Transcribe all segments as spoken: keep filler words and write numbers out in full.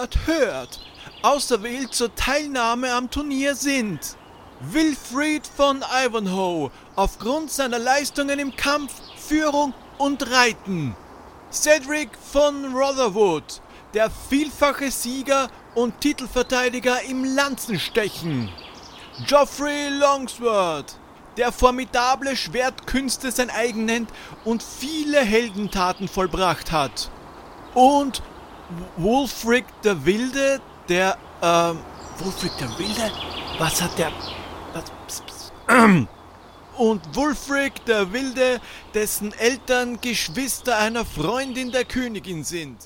hört, hört, auserwählt zur Teilnahme am Turnier sind Wilfried von Ivanhoe aufgrund seiner Leistungen im Kampf, Führung und Reiten, Cedric von Rotherwood, der vielfache Sieger und Titelverteidiger im Lanzenstechen, Geoffrey Longsword, der formidable Schwertkünste sein eigen nennt und viele Heldentaten vollbracht hat, und Wulfric der Wilde, der, ähm, Wulfric der Wilde? Was hat der, was, pss, pss, und Wulfric der Wilde, dessen Eltern Geschwister einer Freundin der Königin sind.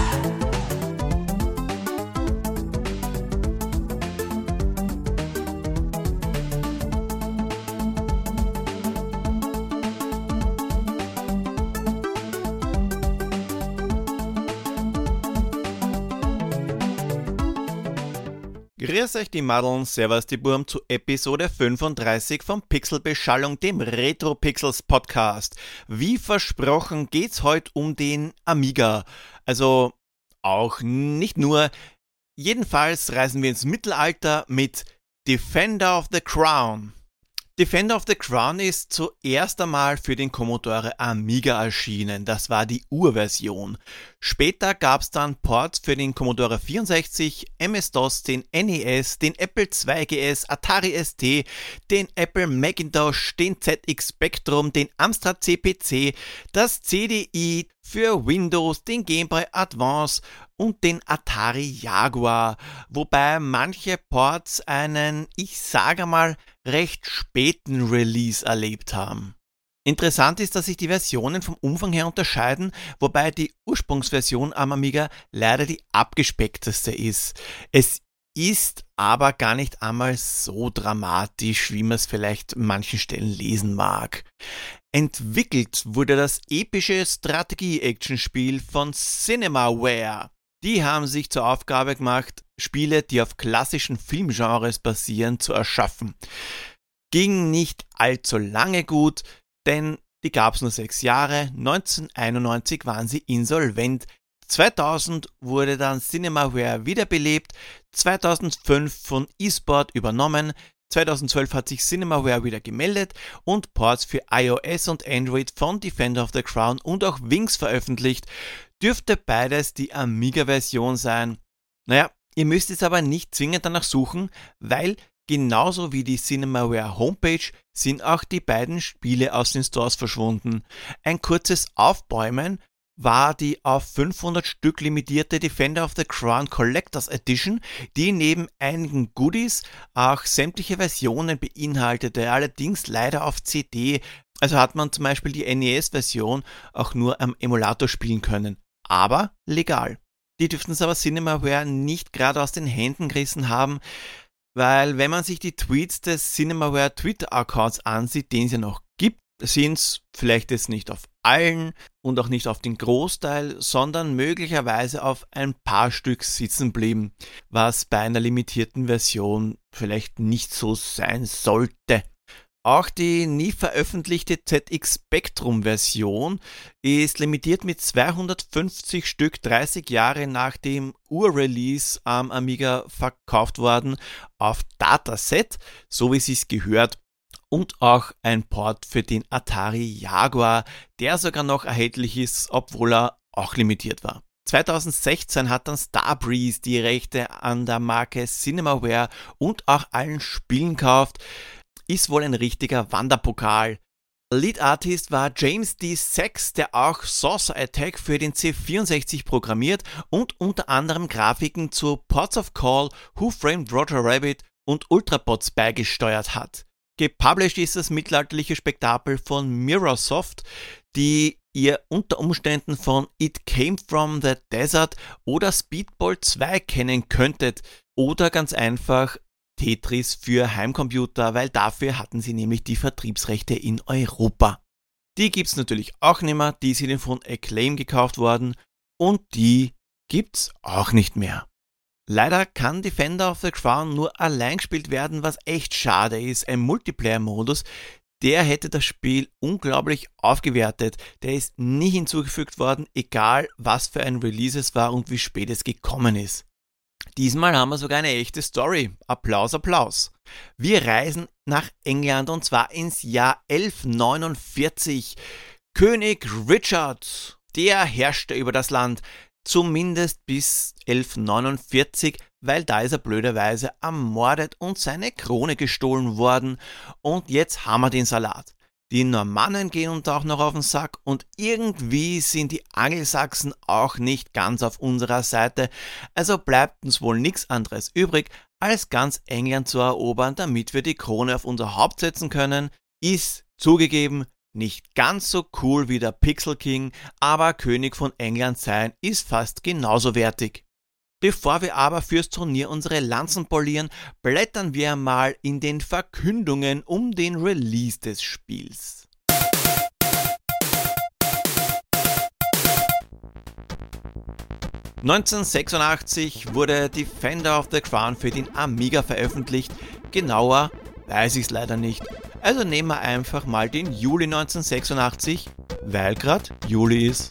Grüß euch die Madeln, servus die Burm zu Episode fünfunddreißig von Pixelbeschallung, dem Retro Pixels Podcast. Wie versprochen geht's heute um den Amiga. Also auch nicht nur. Jedenfalls reisen wir ins Mittelalter mit Defender of the Crown. Defender of the Crown ist zuerst einmal für den Commodore Amiga erschienen, das war die Urversion. Später gab es dann Ports für den Commodore vierundsechzig, M S-DOS, den N E S, den Apple zwei G S, Atari S T, den Apple Macintosh, den Z X Spectrum, den Amstrad C P C, das C D I für Windows, den Game Boy Advance und den Atari Jaguar, wobei manche Ports einen, ich sage mal, recht späten Release erlebt haben. Interessant ist, dass sich die Versionen vom Umfang her unterscheiden, wobei die Ursprungsversion am Amiga leider die abgespeckteste ist. Es ist aber gar nicht einmal so dramatisch, wie man es vielleicht an manchen Stellen lesen mag. Entwickelt wurde das epische Strategie-Action-Spiel von Cinemaware. Die haben sich zur Aufgabe gemacht, Spiele, die auf klassischen Filmgenres basieren, zu erschaffen. Ging nicht allzu lange gut, denn die gab es nur sechs Jahre. neunzehnhunderteinundneunzig waren sie insolvent. zweitausend wurde dann Cinemaware wiederbelebt, zweitausendfünf von eSport übernommen. zweitausendzwölf hat sich Cinemaware wieder gemeldet und Ports für iOS und Android von Defender of the Crown und auch Wings veröffentlicht. Dürfte beides die Amiga-Version sein. Naja, ihr müsst jetzt aber nicht zwingend danach suchen, weil genauso wie die Cinemaware Homepage sind auch die beiden Spiele aus den Stores verschwunden. Ein kurzes Aufbäumen war die auf fünfhundert Stück limitierte Defender of the Crown Collectors Edition, die neben einigen Goodies auch sämtliche Versionen beinhaltete, allerdings leider auf C D. Also hat man zum Beispiel die N E S-Version auch nur am Emulator spielen können, aber legal. Die dürften es aber Cinemaware nicht gerade aus den Händen gerissen haben, weil wenn man sich die Tweets des Cinemaware Twitter-Accounts ansieht, den es ja noch gibt, sind es vielleicht jetzt nicht auf allen und auch nicht auf den Großteil, sondern möglicherweise auf ein paar Stück sitzen blieben, was bei einer limitierten Version vielleicht nicht so sein sollte. Auch die nie veröffentlichte Z X Spectrum Version ist limitiert mit zweihundertfünfzig Stück dreißig Jahre nach dem Ur-Release am Amiga verkauft worden auf Dataset, so wie es sich gehört. Und auch ein Port für den Atari Jaguar, der sogar noch erhältlich ist, obwohl er auch limitiert war. zweitausendsechzehn hat dann Starbreeze die Rechte an der Marke Cinemaware und auch allen Spielen gekauft. Ist wohl ein richtiger Wanderpokal. Lead Artist war James D. Sachs, der auch Saucer Attack für den C vierundsechzig programmiert und unter anderem Grafiken zu Ports of Call, Who Framed Roger Rabbit und Ultrabots beigesteuert hat. Gepublished ist das mittelalterliche Spektakel von Mirrorsoft, die ihr unter Umständen von It Came From the Desert oder Speedball zwei kennen könntet oder ganz einfach Tetris für Heimcomputer, weil dafür hatten sie nämlich die Vertriebsrechte in Europa. Die gibt's natürlich auch nicht mehr, die sind von Acclaim gekauft worden und die gibt's auch nicht mehr. Leider kann Defender of the Crown nur allein gespielt werden, was echt schade ist. Ein Multiplayer-Modus, der hätte das Spiel unglaublich aufgewertet. Der ist nie hinzugefügt worden, egal was für ein Release es war und wie spät es gekommen ist. Diesmal haben wir sogar eine echte Story. Applaus, Applaus. Wir reisen nach England und zwar ins Jahr elfhundertneunundvierzig. König Richard, der herrschte über das Land, zumindest bis elfhundertneunundvierzig, weil da ist er blöderweise ermordet und seine Krone gestohlen worden. Und jetzt haben wir den Salat. Die Normannen gehen uns auch noch auf den Sack und irgendwie sind die Angelsachsen auch nicht ganz auf unserer Seite. Also bleibt uns wohl nichts anderes übrig, als ganz England zu erobern, damit wir die Krone auf unser Haupt setzen können. Ist zugegeben nicht ganz so cool wie der Pixel King, aber König von England sein ist fast genauso wertig. Bevor wir aber fürs Turnier unsere Lanzen polieren, blättern wir mal in den Verkündungen um den Release des Spiels. neunzehnhundertsechsundachtzig wurde Defender of the Crown für den Amiga veröffentlicht, genauer weiß ich es leider nicht. Also nehmen wir einfach mal den Juli neunzehnhundertsechsundachtzig, weil gerade Juli ist.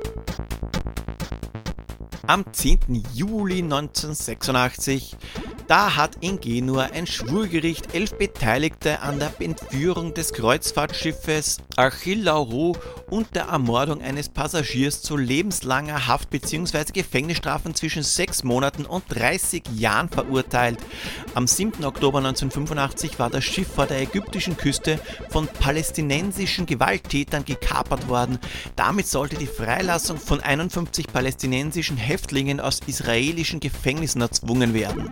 Am zehnten Juli neunzehnhundertsechsundachtzig, da hat in Genua ein Schwurgericht elf Beteiligte an der Entführung des Kreuzfahrtschiffes Achille Lauro und der Ermordung eines Passagiers zu lebenslanger Haft bzw. Gefängnisstrafen zwischen sechs Monaten und dreißig Jahren verurteilt. Am siebten Oktober neunzehnhundertfünfundachtzig war das Schiff vor der ägyptischen Küste von palästinensischen Gewalttätern gekapert worden. Damit sollte die Freilassung von einundfünfzig palästinensischen Häftlingen aus israelischen Gefängnissen erzwungen werden.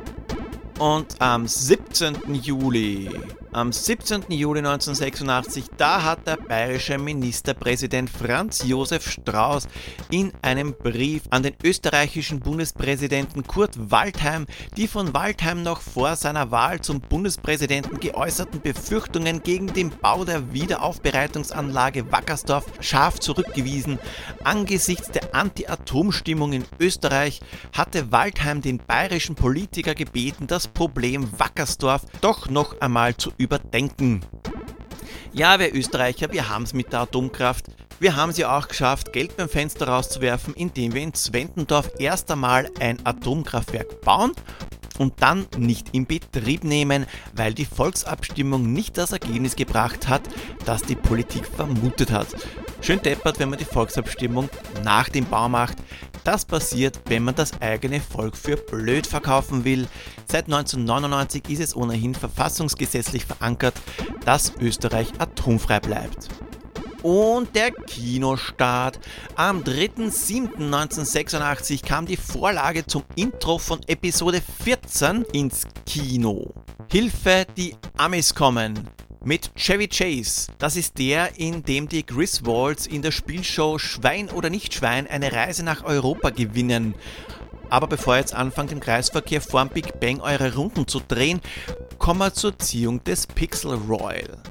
Und am siebzehnten Juli, am siebzehnten Juli neunzehnhundertsechsundachtzig, da hat der bayerische Ministerpräsident Franz Josef Strauß in einem Brief an den österreichischen Bundespräsidenten Kurt Waldheim die von Waldheim noch vor seiner Wahl zum Bundespräsidenten geäußerten Befürchtungen gegen den Bau der Wiederaufbereitungsanlage Wackersdorf scharf zurückgewiesen. Angesichts der Anti-Atom-Stimmung in Österreich hatte Waldheim den bayerischen Politiker gebeten, das Problem Wackersdorf doch noch einmal zu überdenken. Ja, wir Österreicher, wir haben es mit der Atomkraft. Wir haben es ja auch geschafft, Geld beim Fenster rauszuwerfen, indem wir in Zwentendorf erst einmal ein Atomkraftwerk bauen und dann nicht in Betrieb nehmen, weil die Volksabstimmung nicht das Ergebnis gebracht hat, das die Politik vermutet hat. Schön deppert, wenn man die Volksabstimmung nach dem Bau macht. Das passiert, wenn man das eigene Volk für blöd verkaufen will. Seit neunzehnhundertneunundneunzig ist es ohnehin verfassungsgesetzlich verankert, dass Österreich atomfrei bleibt. Und der Kinostart. Am dritten siebten neunzehnhundertsechsundachtzig kam die Vorlage zum Intro von Episode vierzehn ins Kino. Hilfe, die Amis kommen. Mit Chevy Chase. Das ist der, in dem die Griswolds in der Spielshow Schwein oder nicht Schwein eine Reise nach Europa gewinnen. Aber bevor ihr jetzt anfangt, im Kreisverkehr vorm Big Bang eure Runden zu drehen, kommen wir zur Ziehung des Pixel Royal.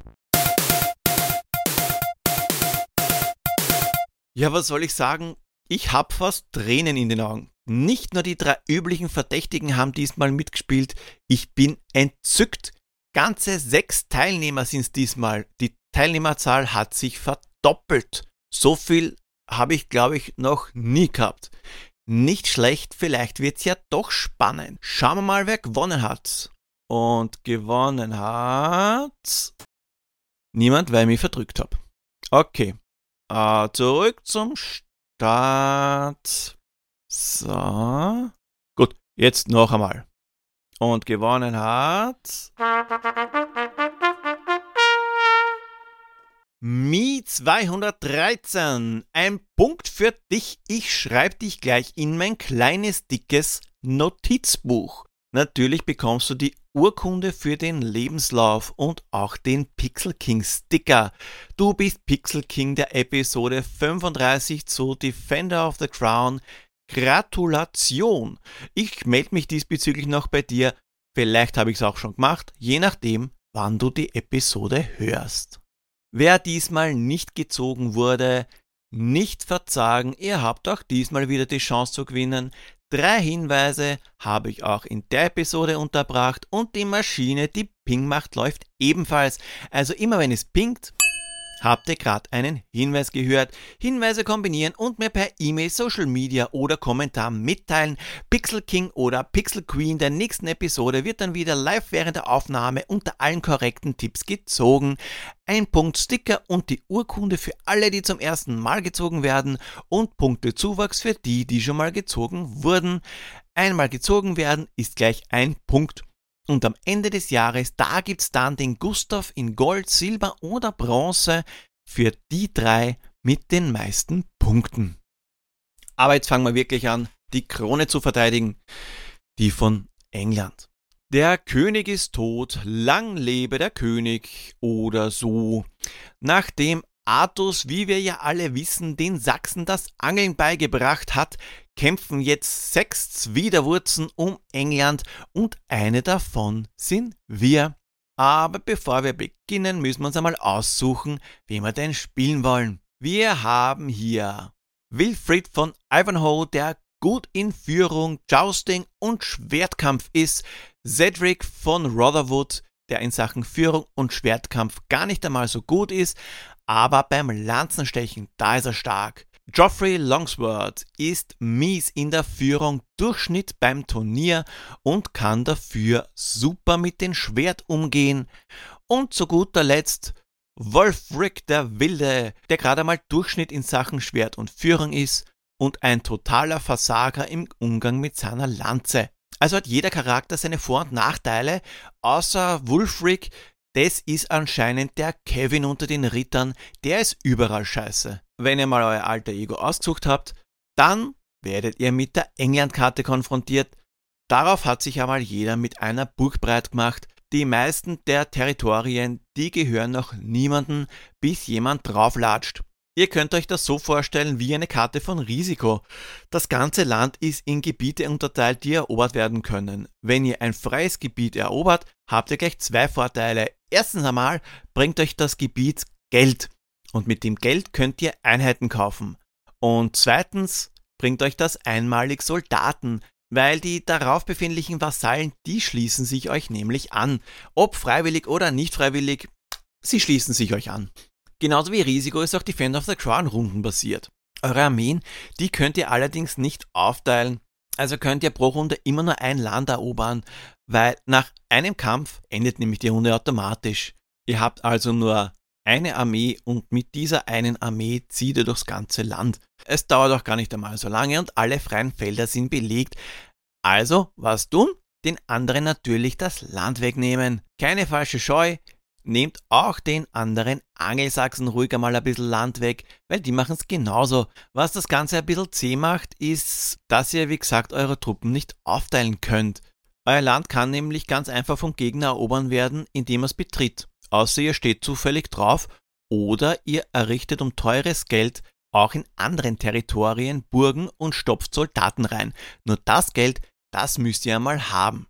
Ja, was soll ich sagen? Ich hab fast Tränen in den Augen. Nicht nur die drei üblichen Verdächtigen haben diesmal mitgespielt, ich bin entzückt. Ganze sechs Teilnehmer sind es diesmal. Die Teilnehmerzahl hat sich verdoppelt. So viel habe ich, glaube ich, noch nie gehabt. Nicht schlecht, vielleicht wird es ja doch spannend. Schauen wir mal, wer gewonnen hat. Und gewonnen hat niemand, weil ich mich verdrückt habe. Okay, äh, zurück zum Start. So, gut, jetzt noch einmal. Und gewonnen hat Mi zweihundertdreizehn. Ein Punkt für dich. Ich schreibe dich gleich in mein kleines, dickes Notizbuch. Natürlich bekommst du die Urkunde für den Lebenslauf und auch den Pixel King Sticker. Du bist Pixel King der Episode fünfunddreißig zu Defender of the Crown. Gratulation! Ich melde mich diesbezüglich noch bei dir. Vielleicht habe ich es auch schon gemacht, je nachdem, wann du die Episode hörst. Wer diesmal nicht gezogen wurde, nicht verzagen, ihr habt auch diesmal wieder die Chance zu gewinnen. Drei Hinweise habe ich auch in der Episode unterbracht und die Maschine, die Ping macht, läuft ebenfalls. Also immer wenn es pingt, Habt ihr gerade einen Hinweis gehört? Hinweise kombinieren und mir per E-Mail, Social Media oder Kommentar mitteilen. Pixel King oder Pixel Queen der nächsten Episode wird dann wieder live während der Aufnahme unter allen korrekten Tipps gezogen. Ein Punkt Sticker und die Urkunde für alle, die zum ersten Mal gezogen werden und Punkte Zuwachs für die, die schon mal gezogen wurden. Einmal gezogen werden ist gleich ein Punkt. Und am Ende des Jahres, da gibt's dann den Gustav in Gold, Silber oder Bronze für die drei mit den meisten Punkten. Aber jetzt fangen wir wirklich an, die Krone zu verteidigen, die von England. Der König ist tot, lang lebe der König oder so. Nachdem Artus, wie wir ja alle wissen, den Sachsen das Angeln beigebracht hat, kämpfen jetzt sechs Zwiderwurzen um England und eine davon sind wir. Aber bevor wir beginnen, müssen wir uns einmal aussuchen, wen wir denn spielen wollen. Wir haben hier Wilfried von Ivanhoe, der gut in Führung, Jousting und Schwertkampf ist, Cedric von Rotherwood, der in Sachen Führung und Schwertkampf gar nicht einmal so gut ist, aber beim Lanzenstechen, da ist er stark. Geoffrey Longsword ist mies in der Führung, Durchschnitt beim Turnier und kann dafür super mit dem Schwert umgehen. Und zu guter Letzt Wulfric der Wilde, der gerade mal Durchschnitt in Sachen Schwert und Führung ist und ein totaler Versager im Umgang mit seiner Lanze. Also hat jeder Charakter seine Vor- und Nachteile, außer Wulfric. Das ist anscheinend der Kevin unter den Rittern, der ist überall scheiße. Wenn ihr mal euer alter Ego ausgesucht habt, dann werdet ihr mit der England-Karte konfrontiert. Darauf hat sich einmal jeder mit einer Burg breit gemacht. Die meisten der Territorien, die gehören noch niemandem, bis jemand drauflatscht. Ihr könnt euch das so vorstellen wie eine Karte von Risiko. Das ganze Land ist in Gebiete unterteilt, die erobert werden können. Wenn ihr ein freies Gebiet erobert, habt ihr gleich zwei Vorteile. Erstens einmal bringt euch das Gebiet Geld und mit dem Geld könnt ihr Einheiten kaufen. Und zweitens bringt euch das einmalig Soldaten, weil die darauf befindlichen Vasallen, die schließen sich euch nämlich an. Ob freiwillig oder nicht freiwillig, sie schließen sich euch an. Genauso wie Risiko ist auch Defender of the Crown rundenbasiert. Eure Armeen, die könnt ihr allerdings nicht aufteilen, also könnt ihr pro Runde immer nur ein Land erobern, weil nach einem Kampf endet nämlich die Runde automatisch. Ihr habt also nur eine Armee und mit dieser einen Armee zieht ihr durchs ganze Land. Es dauert auch gar nicht einmal so lange und alle freien Felder sind belegt. Also, was tun? Den anderen natürlich das Land wegnehmen. Keine falsche Scheu. Nehmt auch den anderen Angelsachsen ruhig einmal ein bisschen Land weg, weil die machen es genauso. Was das Ganze ein bisschen zäh macht, ist, dass ihr, wie gesagt, eure Truppen nicht aufteilen könnt. Euer Land kann nämlich ganz einfach vom Gegner erobern werden, indem er es betritt. Außer ihr steht zufällig drauf oder ihr errichtet um teures Geld auch in anderen Territorien Burgen und stopft Soldaten rein. Nur das Geld, das müsst ihr einmal haben.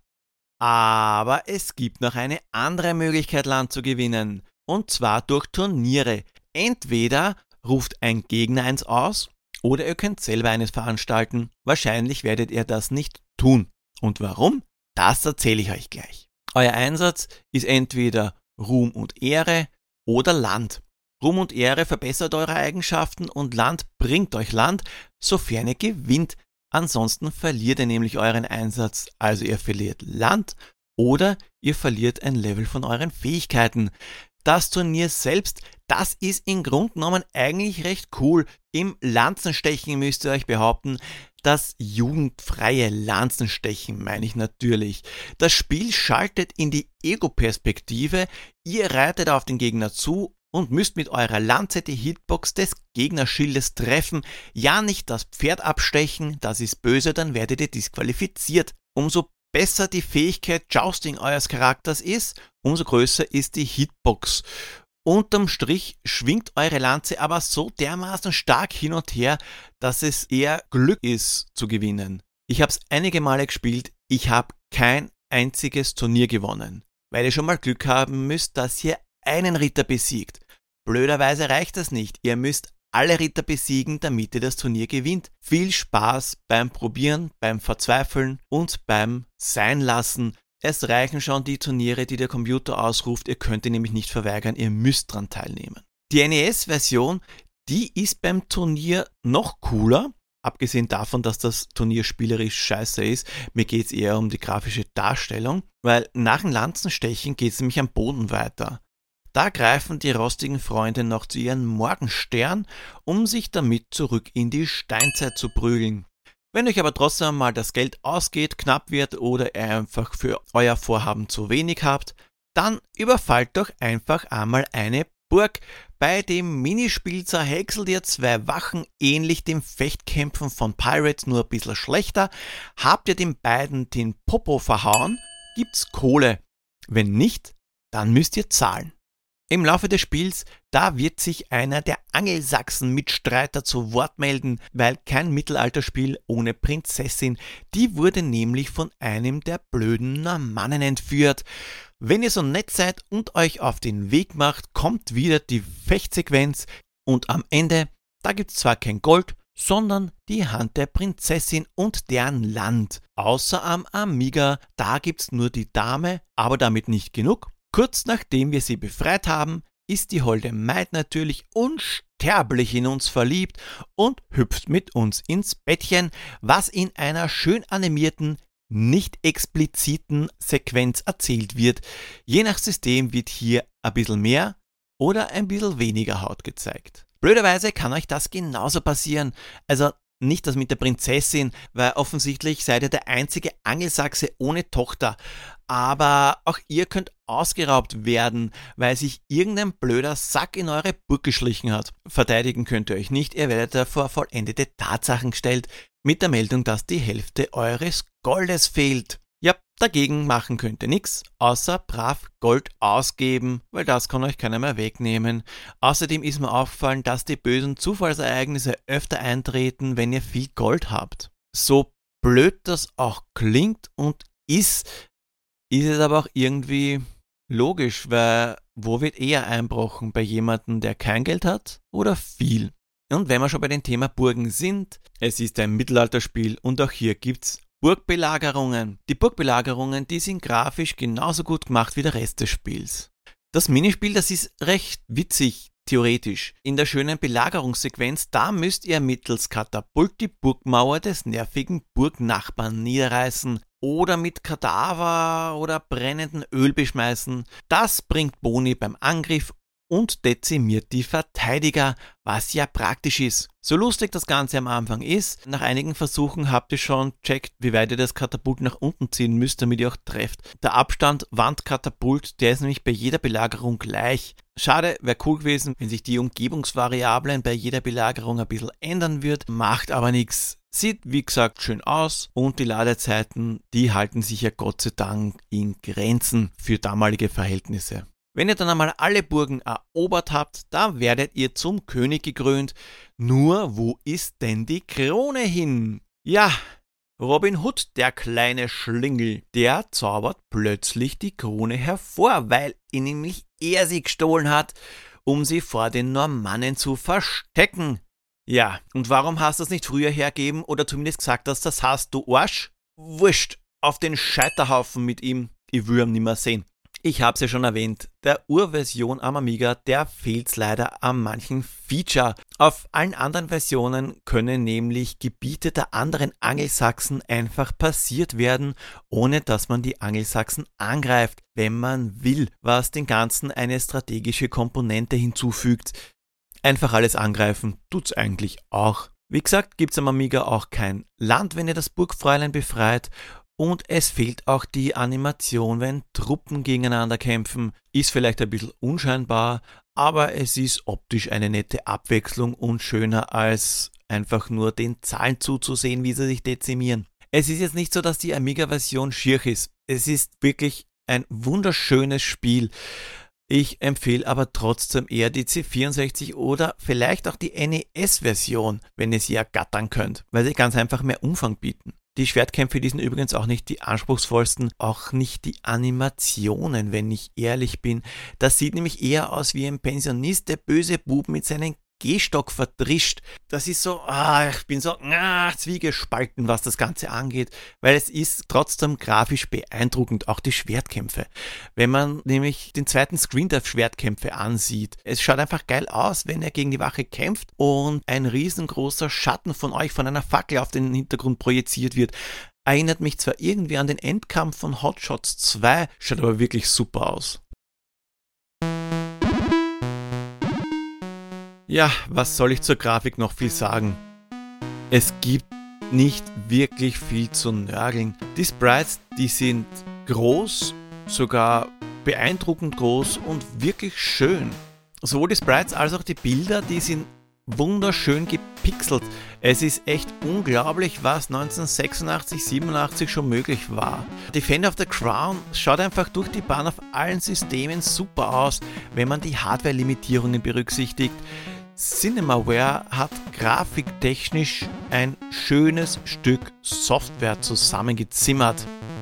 Aber es gibt noch eine andere Möglichkeit, Land zu gewinnen. Und zwar durch Turniere. Entweder ruft ein Gegner eins aus, oder ihr könnt selber eines veranstalten. Wahrscheinlich werdet ihr das nicht tun. Und warum? Das erzähle ich euch gleich. Euer Einsatz ist entweder Ruhm und Ehre oder Land. Ruhm und Ehre verbessert eure Eigenschaften und Land bringt euch Land, sofern ihr gewinnt. Ansonsten verliert ihr nämlich euren Einsatz, also ihr verliert Land oder ihr verliert ein Level von euren Fähigkeiten. Das Turnier selbst, das ist im Grunde genommen eigentlich recht cool. Im Lanzenstechen müsst ihr euch behaupten, das jugendfreie Lanzenstechen meine ich natürlich. Das Spiel schaltet in die Ego-Perspektive, ihr reitet auf den Gegner zu und müsst mit eurer Lanze die Hitbox des Gegnerschildes treffen. Ja, nicht das Pferd abstechen, das ist böse, dann werdet ihr disqualifiziert. Umso besser die Fähigkeit Jousting eures Charakters ist, umso größer ist die Hitbox. Unterm Strich schwingt eure Lanze aber so dermaßen stark hin und her, dass es eher Glück ist zu gewinnen. Ich habe es einige Male gespielt, ich habe kein einziges Turnier gewonnen, weil ihr schon mal Glück haben müsst, dass ihr einen Ritter besiegt. Blöderweise reicht das nicht. Ihr müsst alle Ritter besiegen, damit ihr das Turnier gewinnt. Viel Spaß beim Probieren, beim Verzweifeln und beim Seinlassen. Es reichen schon die Turniere, die der Computer ausruft. Ihr könnt ihn nämlich nicht verweigern. Ihr müsst dran teilnehmen. Die N E S-Version, die ist beim Turnier noch cooler. Abgesehen davon, dass das Turnier spielerisch scheiße ist, mir geht es eher um die grafische Darstellung, weil nach dem Lanzenstechen geht es nämlich am Boden weiter. Da greifen die rostigen Freunde noch zu ihren Morgenstern, um sich damit zurück in die Steinzeit zu prügeln. Wenn euch aber trotzdem mal das Geld ausgeht, knapp wird oder ihr einfach für euer Vorhaben zu wenig habt, dann überfallt doch einfach einmal eine Burg. Bei dem Minispiel zerhäckselt ihr zwei Wachen, ähnlich dem Fechtkämpfen von Pirates, nur ein bisschen schlechter. Habt ihr den beiden den Popo verhauen, gibt's Kohle. Wenn nicht, dann müsst ihr zahlen. Im Laufe des Spiels, da wird sich einer der Angelsachsen-Mitstreiter zu Wort melden, weil kein Mittelalterspiel ohne Prinzessin, die wurde nämlich von einem der blöden Normannen entführt. Wenn ihr so nett seid und euch auf den Weg macht, kommt wieder die Fechtsequenz und am Ende, da gibt's zwar kein Gold, sondern die Hand der Prinzessin und deren Land. Außer am Amiga, da gibt's nur die Dame, aber damit nicht genug. Kurz nachdem wir sie befreit haben, ist die holde Maid natürlich unsterblich in uns verliebt und hüpft mit uns ins Bettchen, was in einer schön animierten, nicht expliziten Sequenz erzählt wird. Je nach System wird hier ein bisschen mehr oder ein bisschen weniger Haut gezeigt. Blöderweise kann euch das genauso passieren, also nicht das mit der Prinzessin, weil offensichtlich seid ihr der einzige Angelsachse ohne Tochter. Aber auch ihr könnt ausgeraubt werden, weil sich irgendein blöder Sack in eure Burg geschlichen hat. Verteidigen könnt ihr euch nicht, ihr werdet davor vollendete Tatsachen gestellt, mit der Meldung, dass die Hälfte eures Goldes fehlt. Ja, dagegen machen könnt ihr nichts, außer brav Gold ausgeben, weil das kann euch keiner mehr wegnehmen. Außerdem ist mir aufgefallen, dass die bösen Zufallsereignisse öfter eintreten, wenn ihr viel Gold habt. So blöd das auch klingt und ist, ist es aber auch irgendwie logisch, weil wo wird eher einbrochen? Bei jemandem, der kein Geld hat oder viel? Und wenn wir schon bei dem Thema Burgen sind, es ist ein Mittelalterspiel und auch hier gibt's Burgbelagerungen. Die Burgbelagerungen, die sind grafisch genauso gut gemacht wie der Rest des Spiels. Das Minispiel, das ist recht witzig, theoretisch. In der schönen Belagerungssequenz, da müsst ihr mittels Katapult die Burgmauer des nervigen Burgnachbarn niederreißen oder mit Kadaver oder brennendem Öl beschmeißen. Das bringt Boni beim Angriff und dezimiert die Verteidiger, was ja praktisch ist. So lustig das Ganze am Anfang ist, nach einigen Versuchen habt ihr schon checkt, wie weit ihr das Katapult nach unten ziehen müsst, damit ihr auch trefft. Der Abstand Wand-Katapult, der ist nämlich bei jeder Belagerung gleich. Schade, wäre cool gewesen, wenn sich die Umgebungsvariablen bei jeder Belagerung ein bisschen ändern wird, macht aber nichts. Sieht, wie gesagt, schön aus und die Ladezeiten, die halten sich ja Gott sei Dank in Grenzen für damalige Verhältnisse. Wenn ihr dann einmal alle Burgen erobert habt, da werdet ihr zum König gekrönt. Nur, wo ist denn die Krone hin? Ja, Robin Hood, der kleine Schlingel, der zaubert plötzlich die Krone hervor, weil ihn nämlich er sie gestohlen hat, um sie vor den Normannen zu verstecken. Ja, und warum hast du das nicht früher hergeben oder zumindest gesagt, dass das hast, du Arsch? Wurscht, auf den Scheiterhaufen mit ihm, ich will ihn nimmer sehen. Ich habe es ja schon erwähnt, der Urversion am Amiga, der fehlt leider an manchen Feature. Auf allen anderen Versionen können nämlich Gebiete der anderen Angelsachsen einfach passiert werden, ohne dass man die Angelsachsen angreift, wenn man will, was den Ganzen eine strategische Komponente hinzufügt. Einfach alles angreifen tut's eigentlich auch. Wie gesagt, gibt's am Amiga auch kein Land, wenn ihr das Burgfräulein befreit. Und es fehlt auch die Animation, wenn Truppen gegeneinander kämpfen. Ist vielleicht ein bisschen unscheinbar, aber es ist optisch eine nette Abwechslung und schöner als einfach nur den Zahlen zuzusehen, wie sie sich dezimieren. Es ist jetzt nicht so, dass die Amiga-Version schier ist. Es ist wirklich ein wunderschönes Spiel. Ich empfehle aber trotzdem eher die C vierundsechzig oder vielleicht auch die N E S-Version, wenn ihr sie ergattern könnt, weil sie ganz einfach mehr Umfang bieten. Die Schwertkämpfe, die sind übrigens auch nicht die anspruchsvollsten, auch nicht die Animationen, wenn ich ehrlich bin. Das sieht nämlich eher aus wie ein Pensionist, der böse Bub mit seinen Gehstock verdrischt. Das ist so, ah, ich bin so ah, zwiegespalten, was das Ganze angeht, weil es ist trotzdem grafisch beeindruckend, auch die Schwertkämpfe. Wenn man nämlich den zweiten Screen-Dive-Schwertkämpfe ansieht, es schaut einfach geil aus, wenn er gegen die Wache kämpft und ein riesengroßer Schatten von euch von einer Fackel auf den Hintergrund projiziert wird. Erinnert mich zwar irgendwie an den Endkampf von Hot Shots zwei, schaut aber wirklich super aus. Ja, was soll ich zur Grafik noch viel sagen? Es gibt nicht wirklich viel zu nörgeln. Die Sprites, die sind groß, sogar beeindruckend groß und wirklich schön. Sowohl die Sprites als auch die Bilder, die sind wunderschön gepixelt. Es ist echt unglaublich, was neunzehnhundertsechsundachtzig, siebenundachtzig schon möglich war. Defender of the Crown schaut einfach durch die Bahn auf allen Systemen super aus, wenn man die Hardware-Limitierungen berücksichtigt. Cinemaware hat grafiktechnisch ein schönes Stück Software zusammengezimmert.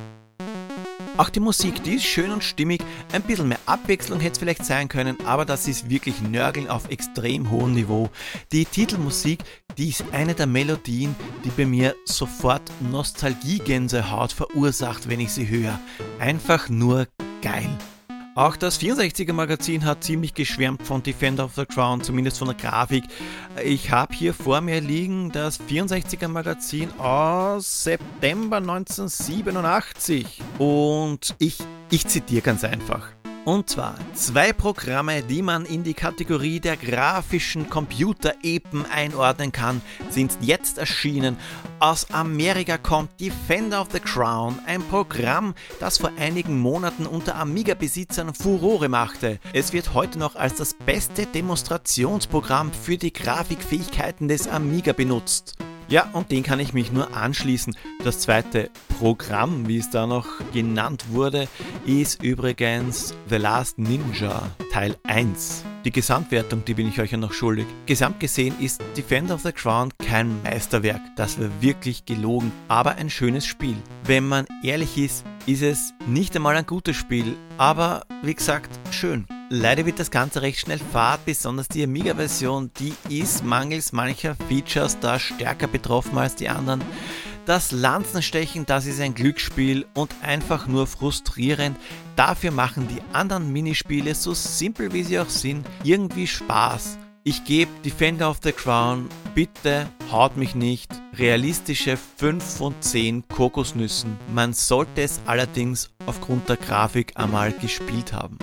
Auch die Musik, die ist schön und stimmig, ein bisschen mehr Abwechslung hätte es vielleicht sein können, aber das ist wirklich Nörgeln auf extrem hohem Niveau. Die Titelmusik, die ist eine der Melodien, die bei mir sofort Nostalgie-Gänsehaut verursacht, wenn ich sie höre. Einfach nur geil. Auch das vierundsechziger Magazin hat ziemlich geschwärmt von Defender of the Crown, zumindest von der Grafik. Ich habe hier vor mir liegen das vierundsechziger Magazin aus September neunzehnhundertsiebenundachtzig. Und ich, ich zitiere ganz einfach. Und zwar zwei Programme, die man in die Kategorie der grafischen Computer-Epen einordnen kann, sind jetzt erschienen. Aus Amerika kommt Defender of the Crown, ein Programm, das vor einigen Monaten unter Amiga-Besitzern Furore machte. Es wird heute noch als das beste Demonstrationsprogramm für die Grafikfähigkeiten des Amiga benutzt. Ja, und den kann ich mich nur anschließen. Das zweite Programm, wie es da noch genannt wurde, ist übrigens The Last Ninja Teil eins. Die Gesamtwertung, die bin ich euch ja noch schuldig. Gesamt gesehen ist Defender of the Crown kein Meisterwerk, das war wirklich gelogen, aber ein schönes Spiel. Wenn man ehrlich ist, ist es nicht einmal ein gutes Spiel, aber wie gesagt, schön. Leider wird das Ganze recht schnell fad, besonders die Amiga-Version, die ist mangels mancher Features da stärker betroffen als die anderen. Das Lanzenstechen, das ist ein Glücksspiel und einfach nur frustrierend. Dafür machen die anderen Minispiele, so simpel wie sie auch sind, irgendwie Spaß. Ich gebe Defender of the Crown, bitte haut mich nicht, realistische fünf von zehn Kokosnüssen. Man sollte es allerdings aufgrund der Grafik einmal gespielt haben.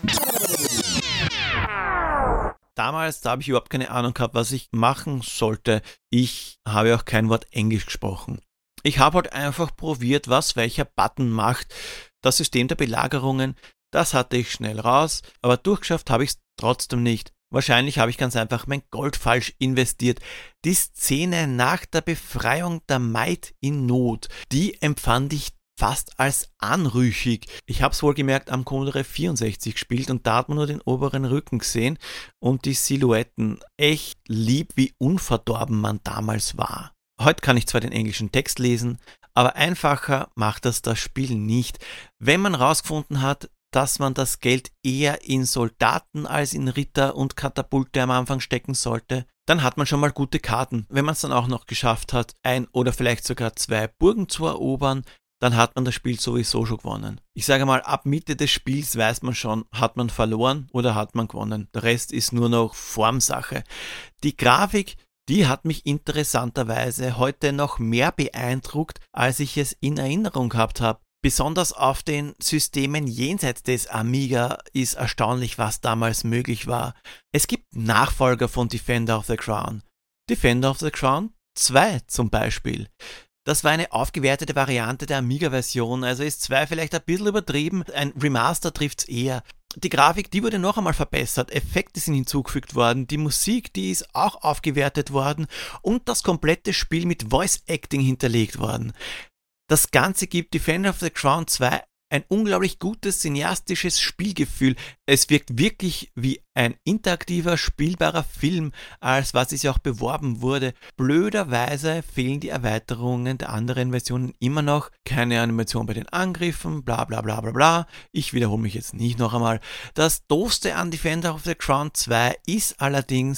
Damals, da habe ich überhaupt keine Ahnung gehabt, was ich machen sollte. Ich habe auch kein Wort Englisch gesprochen. Ich habe halt einfach probiert, was welcher Button macht. Das System der Belagerungen, das hatte ich schnell raus, aber durchgeschafft habe ich es trotzdem nicht. Wahrscheinlich habe ich ganz einfach mein Gold falsch investiert. Die Szene nach der Befreiung der Maid in Not, die empfand ich fast als anrüchig. Ich habe es wohlgemerkt am Commodore vierundsechzig gespielt und da hat man nur den oberen Rücken gesehen und die Silhouetten. Echt lieb, wie unverdorben man damals war. Heute kann ich zwar den englischen Text lesen, aber einfacher macht das das Spiel nicht. Wenn man rausgefunden hat, dass man das Geld eher in Soldaten als in Ritter und Katapulte am Anfang stecken sollte, dann hat man schon mal gute Karten. Wenn man es dann auch noch geschafft hat, ein oder vielleicht sogar zwei Burgen zu erobern, dann hat man das Spiel sowieso schon gewonnen. Ich sage mal, ab Mitte des Spiels weiß man schon, hat man verloren oder hat man gewonnen. Der Rest ist nur noch Formsache. Die Grafik, die hat mich interessanterweise heute noch mehr beeindruckt, als ich es in Erinnerung gehabt habe. Besonders auf den Systemen jenseits des Amiga ist erstaunlich, was damals möglich war. Es gibt Nachfolger von Defender of the Crown. Defender of the Crown zwei zum Beispiel. Das war eine aufgewertete Variante der Amiga-Version, also ist zwei vielleicht ein bisschen übertrieben, ein Remaster trifft's eher. Die Grafik, die wurde noch einmal verbessert, Effekte sind hinzugefügt worden, die Musik, die ist auch aufgewertet worden und das komplette Spiel mit Voice-Acting hinterlegt worden. Das Ganze gibt Defender of the Crown zwei ein unglaublich gutes cineastisches Spielgefühl. Es wirkt wirklich wie ein interaktiver, spielbarer Film, als was es ja auch beworben wurde. Blöderweise fehlen die Erweiterungen der anderen Versionen immer noch. Keine Animation bei den Angriffen, bla bla bla bla bla. Ich wiederhole mich jetzt nicht noch einmal. Das Doofste an Defender of the Crown zwei ist allerdings,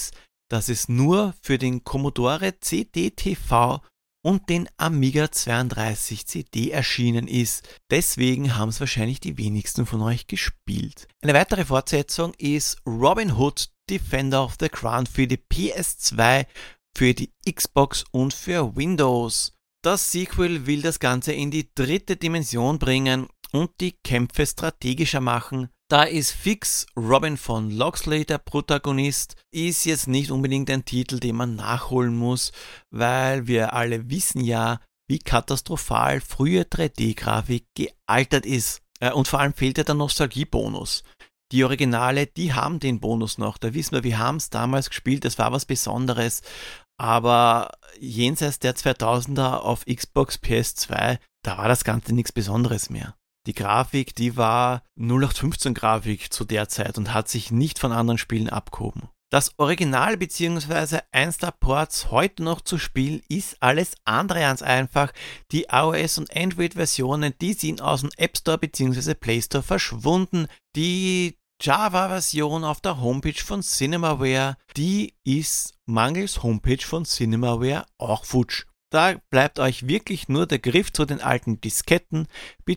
dass es nur für den Commodore C D T V und den Amiga zweiunddreißig C D erschienen ist. Deswegen haben es wahrscheinlich die wenigsten von euch gespielt. Eine weitere Fortsetzung ist Robin Hood Defender of the Crown für die P S zwei, für die Xbox und für Windows. Das Sequel will das Ganze in die dritte Dimension bringen und die Kämpfe strategischer machen. Da ist fix Robin von Locksley der Protagonist, ist jetzt nicht unbedingt ein Titel, den man nachholen muss, weil wir alle wissen ja, wie katastrophal frühe drei D-Grafik gealtert ist. Und vor allem fehlt ja der Nostalgiebonus. Die Originale, die haben den Bonus noch, da wissen wir, wir haben es damals gespielt, das war was Besonderes, aber jenseits der zweitausender auf Xbox, P S zwei, da war das Ganze nichts Besonderes mehr. Die Grafik, die war null acht fünfzehn Grafik zu der Zeit und hat sich nicht von anderen Spielen abgehoben. Das Original bzw. eins der Ports heute noch zu spielen, ist alles andere als einfach. Die iOS- und Android-Versionen, die sind aus dem App Store bzw. Play Store verschwunden. Die Java-Version auf der Homepage von Cinemaware, die ist mangels Homepage von Cinemaware auch futsch. Da bleibt euch wirklich nur der Griff zu den alten Disketten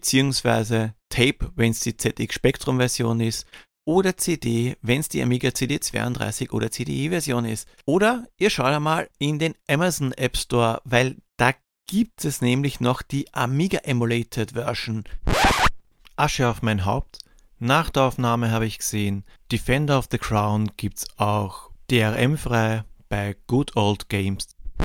bzw. Tape, wenn es die Z X Spectrum Version ist, oder C D, wenn es die Amiga C D zweiunddreißig oder C D I-Version ist. Oder ihr schaut einmal in den Amazon App Store, weil da gibt es nämlich noch die Amiga Emulated Version. Asche auf mein Haupt. Nach der Aufnahme habe ich gesehen, Defender of the Crown gibt's auch D R M-frei bei Good Old Games.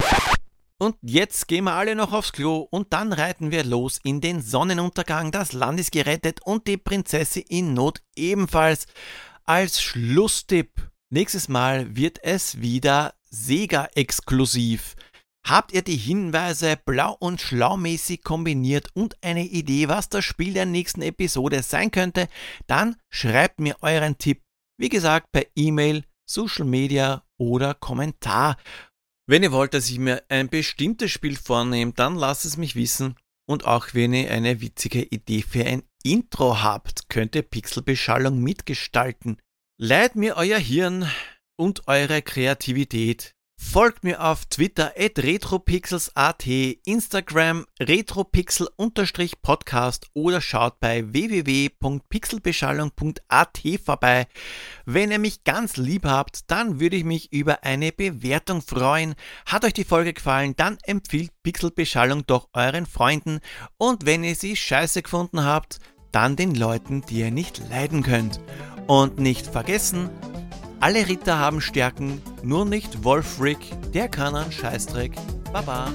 Und jetzt gehen wir alle noch aufs Klo und dann reiten wir los in den Sonnenuntergang. Das Land ist gerettet und die Prinzessin in Not ebenfalls. Als Schlusstipp: nächstes Mal wird es wieder Sega-exklusiv. Habt ihr die Hinweise blau und schlaumäßig kombiniert und eine Idee, was das Spiel der nächsten Episode sein könnte? Dann schreibt mir euren Tipp, wie gesagt, per E-Mail, Social Media oder Kommentar. Wenn ihr wollt, dass ich mir ein bestimmtes Spiel vornehme, dann lasst es mich wissen. Und auch wenn ihr eine witzige Idee für ein Intro habt, könnt ihr Pixelbeschallung mitgestalten. Leiht mir euer Hirn und eure Kreativität. Folgt mir auf Twitter at retropixels punkt at, Instagram retropixel-podcast oder schaut bei w w w punkt pixelbeschallung punkt a t vorbei. Wenn ihr mich ganz lieb habt, dann würde ich mich über eine Bewertung freuen. Hat euch die Folge gefallen, dann empfiehlt Pixelbeschallung doch euren Freunden. Und wenn ihr sie scheiße gefunden habt, dann den Leuten, die ihr nicht leiden könnt. Und nicht vergessen, alle Ritter haben Stärken, nur nicht Wolfric, der kann einen Scheißdreck. Baba.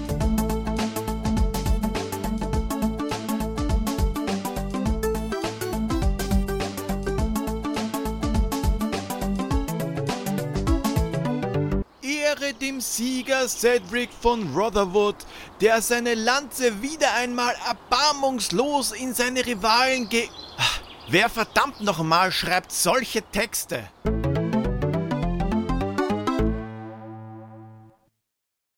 Ehre dem Sieger Cedric von Rotherwood, der seine Lanze wieder einmal erbarmungslos in seine Rivalen ge... Wer verdammt noch einmal schreibt solche Texte?